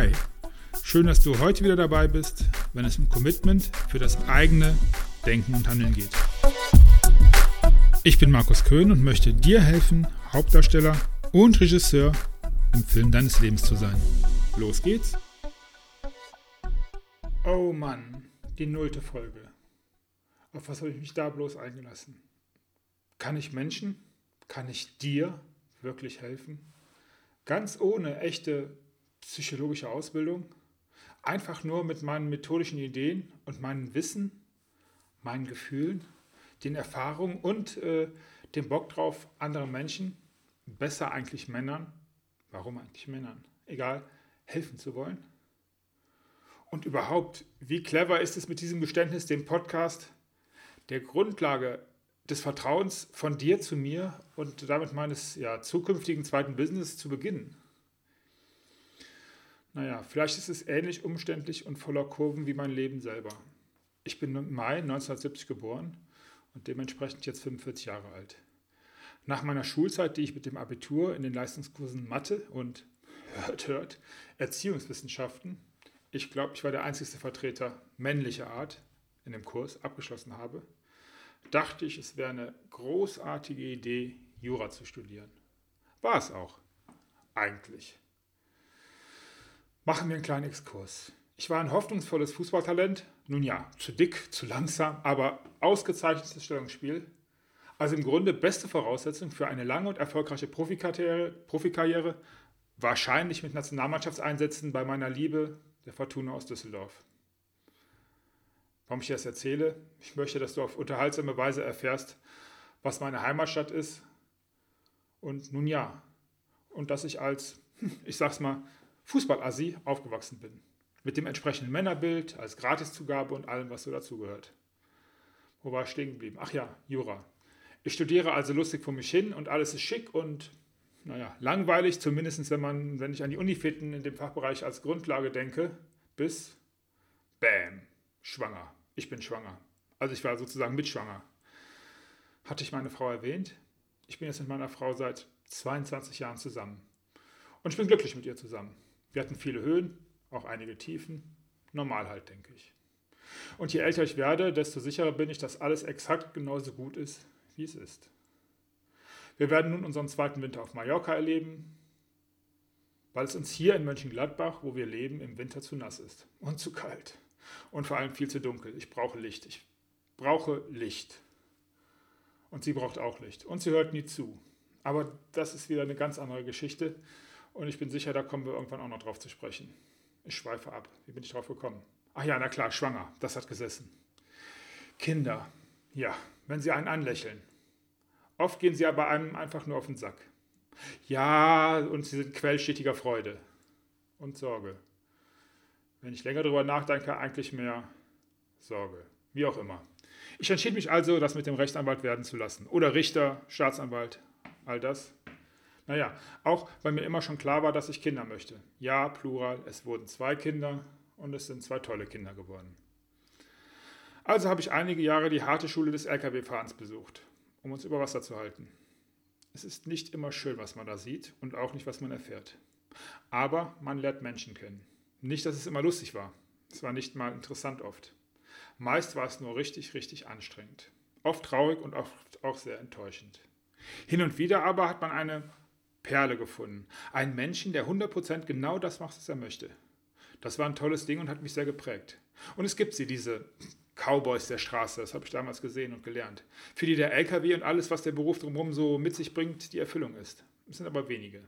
Hi, schön, dass du heute wieder dabei bist, wenn es um Commitment für das eigene Denken und Handeln geht. Ich bin Markus Köhn und möchte dir helfen, Hauptdarsteller und Regisseur im Film deines Lebens zu sein. Los geht's! Oh Mann, die 0. Folge. Auf was habe ich mich da bloß eingelassen? Kann ich Menschen, kann ich dir wirklich helfen? Ganz ohne echte psychologische Ausbildung? Einfach nur mit meinen methodischen Ideen und meinem Wissen, meinen Gefühlen, den Erfahrungen und dem Bock drauf, anderen Menschen, besser eigentlich Männern, warum eigentlich Männern, egal, helfen zu wollen? Und überhaupt, wie clever ist es mit diesem Geständnis, den Podcast der Grundlage des Vertrauens von dir zu mir und damit meines zukünftigen zweiten Business zu beginnen? Naja, vielleicht ist es ähnlich umständlich und voller Kurven wie mein Leben selber. Ich bin im Mai 1970 geboren und dementsprechend jetzt 45 Jahre alt. Nach meiner Schulzeit, die ich mit dem Abitur in den Leistungskursen Mathe und Erziehungswissenschaften, ich glaube, ich war der einzige Vertreter männlicher Art in dem Kurs, abgeschlossen habe, dachte ich, es wäre eine großartige Idee, Jura zu studieren. War es auch. Eigentlich. Machen wir einen kleinen Exkurs. Ich war ein hoffnungsvolles Fußballtalent. Nun ja, zu dick, zu langsam, aber ausgezeichnetes Stellungsspiel. Also im Grunde beste Voraussetzung für eine lange und erfolgreiche Profikarriere, wahrscheinlich mit Nationalmannschaftseinsätzen bei meiner Liebe, der Fortuna aus Düsseldorf. Warum ich das erzähle? Ich möchte, dass du auf unterhaltsame Weise erfährst, was meine Heimatstadt ist. Und nun ja, und dass ich als, ich sag's mal, Fußballassi aufgewachsen bin. Mit dem entsprechenden Männerbild, als Gratiszugabe und allem, was so dazugehört. Wo war ich stehen geblieben? Ach ja, Jura. Ich studiere also lustig vor mich hin und alles ist schick und, langweilig, zumindest wenn ich an die Unifitten in dem Fachbereich als Grundlage denke, bis, bam, schwanger. Ich bin schwanger. Also ich war sozusagen mitschwanger. Hatte ich meine Frau erwähnt? Ich bin jetzt mit meiner Frau seit 22 Jahren zusammen. Und ich bin glücklich mit ihr zusammen. Wir hatten viele Höhen, auch einige Tiefen. Normal halt, denke ich. Und je älter ich werde, desto sicherer bin ich, dass alles exakt genauso gut ist, wie es ist. Wir werden nun unseren zweiten Winter auf Mallorca erleben, weil es uns hier in Mönchengladbach, wo wir leben, im Winter zu nass ist und zu kalt. Und vor allem viel zu dunkel. Ich brauche Licht. Ich brauche Licht. Und sie braucht auch Licht. Und sie hört nie zu. Aber das ist wieder eine ganz andere Geschichte. Und ich bin sicher, da kommen wir irgendwann auch noch drauf zu sprechen. Ich schweife ab. Wie bin ich drauf gekommen? Ach ja, na klar, schwanger. Das hat gesessen. Kinder. Ja, wenn sie einen anlächeln. Oft gehen sie aber einem einfach nur auf den Sack. Ja, und sie sind Quell stetiger Freude. Und Sorge. Wenn ich länger drüber nachdenke, eigentlich mehr Sorge. Wie auch immer. Ich entschied mich also, das mit dem Rechtsanwalt werden zu lassen. Oder Richter, Staatsanwalt, all das. Naja, auch weil mir immer schon klar war, dass ich Kinder möchte. Ja, Plural, es wurden 2 Kinder und es sind 2 tolle Kinder geworden. Also habe ich einige Jahre die harte Schule des Lkw-Fahrens besucht, um uns über Wasser zu halten. Es ist nicht immer schön, was man da sieht und auch nicht, was man erfährt. Aber man lernt Menschen kennen. Nicht, dass es immer lustig war. Es war nicht mal interessant oft. Meist war es nur richtig, richtig anstrengend. Oft traurig und oft auch sehr enttäuschend. Hin und wieder aber hat man eine Perle gefunden. Einen Menschen, der 100% genau das macht, was er möchte. Das war ein tolles Ding und hat mich sehr geprägt. Und es gibt sie, diese Cowboys der Straße, das habe ich damals gesehen und gelernt. Für die der LKW und alles, was der Beruf drumherum so mit sich bringt, die Erfüllung ist. Es sind aber wenige.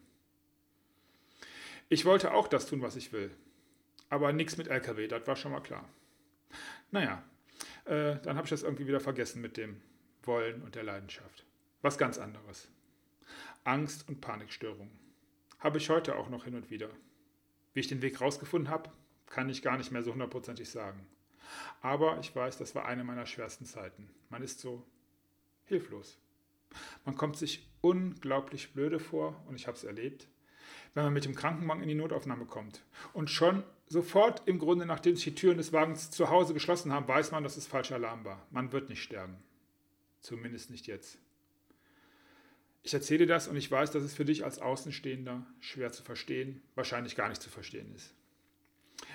Ich wollte auch das tun, was ich will. Aber nichts mit LKW, das war schon mal klar. Naja, dann habe ich das irgendwie wieder vergessen mit dem Wollen und der Leidenschaft. Was ganz anderes. Angst- und Panikstörungen. Habe ich heute auch noch hin und wieder. Wie ich den Weg rausgefunden habe, kann ich gar nicht mehr so 100%ig sagen. Aber ich weiß, das war eine meiner schwersten Zeiten. Man ist so hilflos. Man kommt sich unglaublich blöde vor, und ich habe es erlebt, wenn man mit dem Krankenwagen in die Notaufnahme kommt. Und schon sofort im Grunde, nachdem sich die Türen des Wagens zu Hause geschlossen haben, weiß man, dass es falscher Alarm war. Man wird nicht sterben. Zumindest nicht jetzt. Ich erzähle das und ich weiß, dass es für dich als Außenstehender schwer zu verstehen, wahrscheinlich gar nicht zu verstehen ist.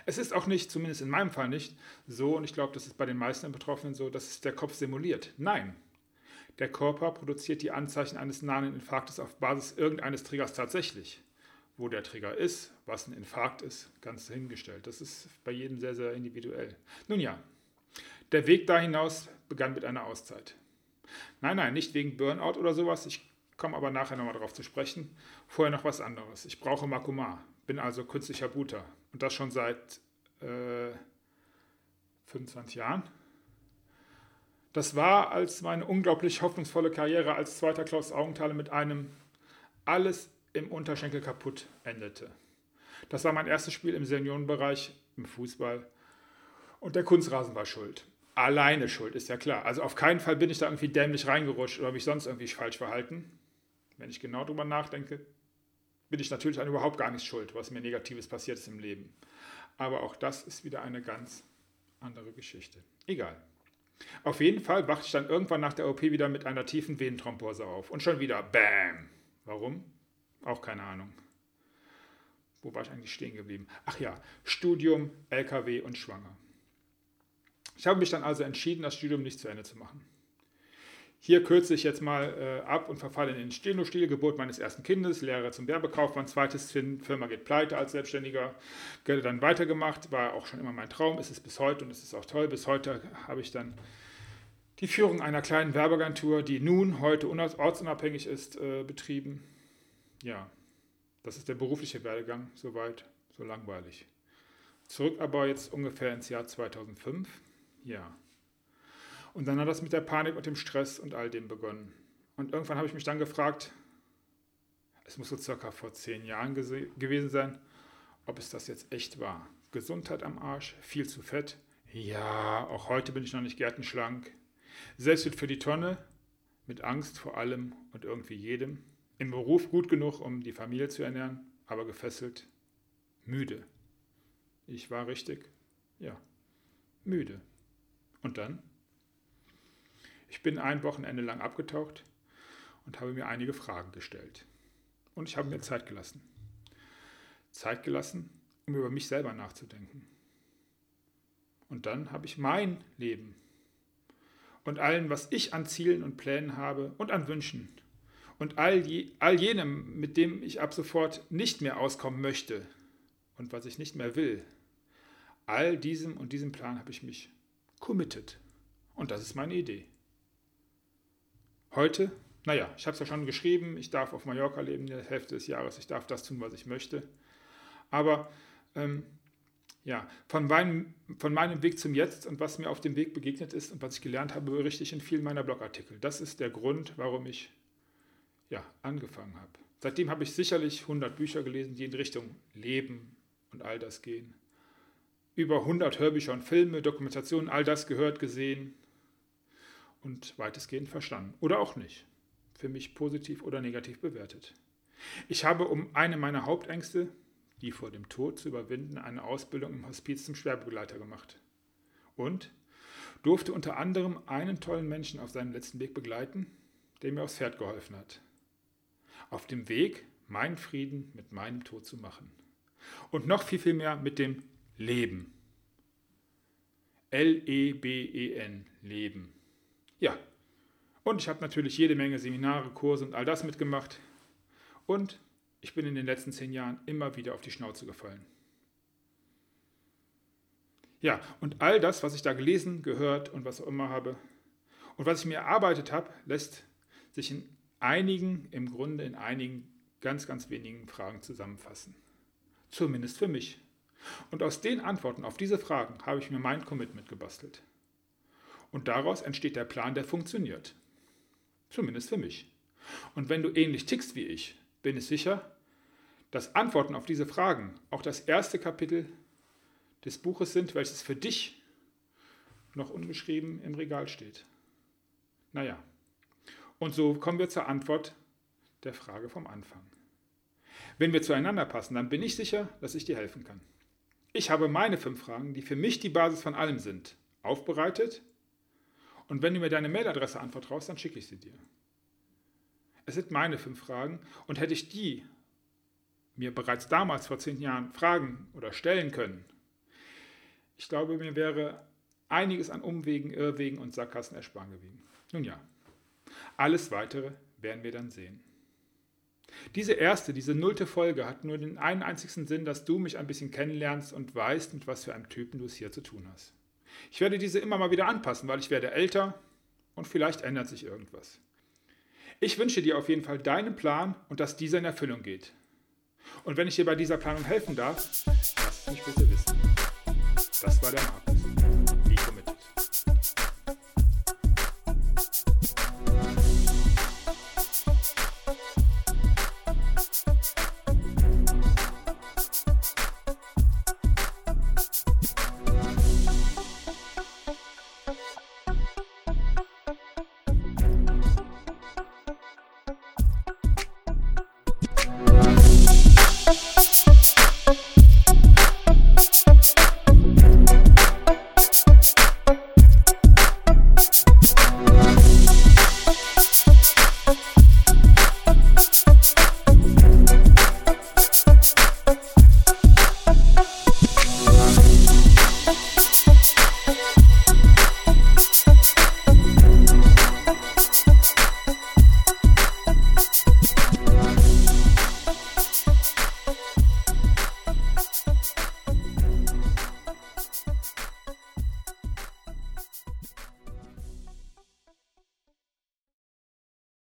Es ist auch nicht, zumindest in meinem Fall nicht, so, und ich glaube, das ist bei den meisten Betroffenen so, dass es der Kopf simuliert. Nein, der Körper produziert die Anzeichen eines nahen Infarktes auf Basis irgendeines Triggers tatsächlich. Wo der Trigger ist, was ein Infarkt ist, ganz dahingestellt. Das ist bei jedem sehr, sehr individuell. Nun ja, der Weg da hinaus begann mit einer Auszeit. Nein, nicht wegen Burnout oder sowas. Ich komme aber nachher nochmal darauf zu sprechen. Vorher noch was anderes. Ich brauche Makoma, bin also künstlicher Buter. Und das schon seit 25 Jahren. Das war als meine unglaublich hoffnungsvolle Karriere als zweiter Klaus Augenthaler mit einem alles im Unterschenkel kaputt endete. Das war mein erstes Spiel im Seniorenbereich im Fußball und der Kunstrasen war schuld. Alleine schuld, ist ja klar. Also auf keinen Fall bin ich da irgendwie dämlich reingerutscht oder mich sonst irgendwie falsch verhalten. Wenn ich genau drüber nachdenke, bin ich natürlich an überhaupt gar nichts schuld, was mir Negatives passiert ist im Leben. Aber auch das ist wieder eine ganz andere Geschichte. Egal. Auf jeden Fall wachte ich dann irgendwann nach der OP wieder mit einer tiefen Venenthrombose auf. Und schon wieder BÄM. Warum? Auch keine Ahnung. Wo war ich eigentlich stehen geblieben? Ach ja, Studium, LKW und schwanger. Ich habe mich dann also entschieden, das Studium nicht zu Ende zu machen. Hier kürze ich jetzt mal ab und verfalle in den Steno-Stil, Geburt meines ersten Kindes, Lehre zum Werbekaufmann, zweites Firma geht pleite als Selbstständiger, Geld dann weitergemacht, war auch schon immer mein Traum, ist es bis heute und es ist auch toll. Bis heute habe ich dann die Führung einer kleinen Werbeagentur, die nun heute ortsunabhängig ist, betrieben. Ja, das ist der berufliche Werdegang, soweit, so langweilig. Zurück aber jetzt ungefähr ins Jahr 2005, ja. Und dann hat das mit der Panik und dem Stress und all dem begonnen. Und irgendwann habe ich mich dann gefragt, es muss so circa vor 10 Jahren gewesen sein, ob es das jetzt echt war. Gesundheit am Arsch, viel zu fett. Ja, auch heute bin ich noch nicht gärtenschlank. Selbstwert für die Tonne, mit Angst vor allem und irgendwie jedem. Im Beruf gut genug, um die Familie zu ernähren, aber gefesselt. Müde. Ich war richtig, ja, müde. Und dann? Ich bin ein Wochenende lang abgetaucht und habe mir einige Fragen gestellt. Und ich habe mir Zeit gelassen. Zeit gelassen, um über mich selber nachzudenken. Und dann habe ich mein Leben und allen, was ich an Zielen und Plänen habe und an Wünschen und all jenem, mit dem ich ab sofort nicht mehr auskommen möchte und was ich nicht mehr will, all diesem und diesem Plan habe ich mich committed. Und das ist meine Idee. Heute, naja, ich habe es ja schon geschrieben, ich darf auf Mallorca leben die Hälfte des Jahres, ich darf das tun, was ich möchte. Aber ja, von meinem Weg zum Jetzt und was mir auf dem Weg begegnet ist und was ich gelernt habe, berichte ich in vielen meiner Blogartikel. Das ist der Grund, warum ich angefangen habe. Seitdem habe ich sicherlich 100 Bücher gelesen, die in Richtung Leben und all das gehen. Über 100 Hörbücher und Filme, Dokumentationen, all das gehört, gesehen und weitestgehend verstanden. Oder auch nicht. Für mich positiv oder negativ bewertet. Ich habe, um eine meiner Hauptängste, die vor dem Tod zu überwinden, eine Ausbildung im Hospiz zum Sterbebegleiter gemacht. Und durfte unter anderem einen tollen Menschen auf seinem letzten Weg begleiten, der mir aufs Pferd geholfen hat. Auf dem Weg, meinen Frieden mit meinem Tod zu machen. Und noch viel mehr mit dem Leben. L-E-B-E-N, Leben. Ja, und ich habe natürlich jede Menge Seminare, Kurse und all das mitgemacht. Und ich bin in den letzten 10 Jahren immer wieder auf die Schnauze gefallen. Ja, und all das, was ich da gelesen, gehört und was auch immer habe und was ich mir erarbeitet habe, lässt sich im Grunde in einigen ganz, ganz wenigen Fragen zusammenfassen. Zumindest für mich. Und aus den Antworten auf diese Fragen habe ich mir mein Commitment gebastelt. Und daraus entsteht der Plan, der funktioniert. Zumindest für mich. Und wenn du ähnlich tickst wie ich, bin ich sicher, dass Antworten auf diese Fragen auch das erste Kapitel des Buches sind, welches für dich noch ungeschrieben im Regal steht. Naja, und so kommen wir zur Antwort der Frage vom Anfang. Wenn wir zueinander passen, dann bin ich sicher, dass ich dir helfen kann. Ich habe meine 5 Fragen, die für mich die Basis von allem sind, aufbereitet. Und wenn du mir deine Mailadresse anvertraust, dann schicke ich sie dir. Es sind meine 5 Fragen und hätte ich die mir bereits damals vor 10 Jahren fragen oder stellen können, Ich glaube, mir wäre einiges an Umwegen, Irrwegen und Sackgassen ersparen geblieben. Nun ja, alles Weitere werden wir dann sehen. Diese nullte Folge hat nur den einen einzigen Sinn, dass du mich ein bisschen kennenlernst und weißt, mit was für einem Typen du es hier zu tun hast. Ich werde diese immer mal wieder anpassen, weil ich werde älter und vielleicht ändert sich irgendwas. Ich wünsche dir auf jeden Fall deinen Plan und dass dieser in Erfüllung geht. Und wenn ich dir bei dieser Planung helfen darf, lass es mich bitte wissen. Das war der Marc.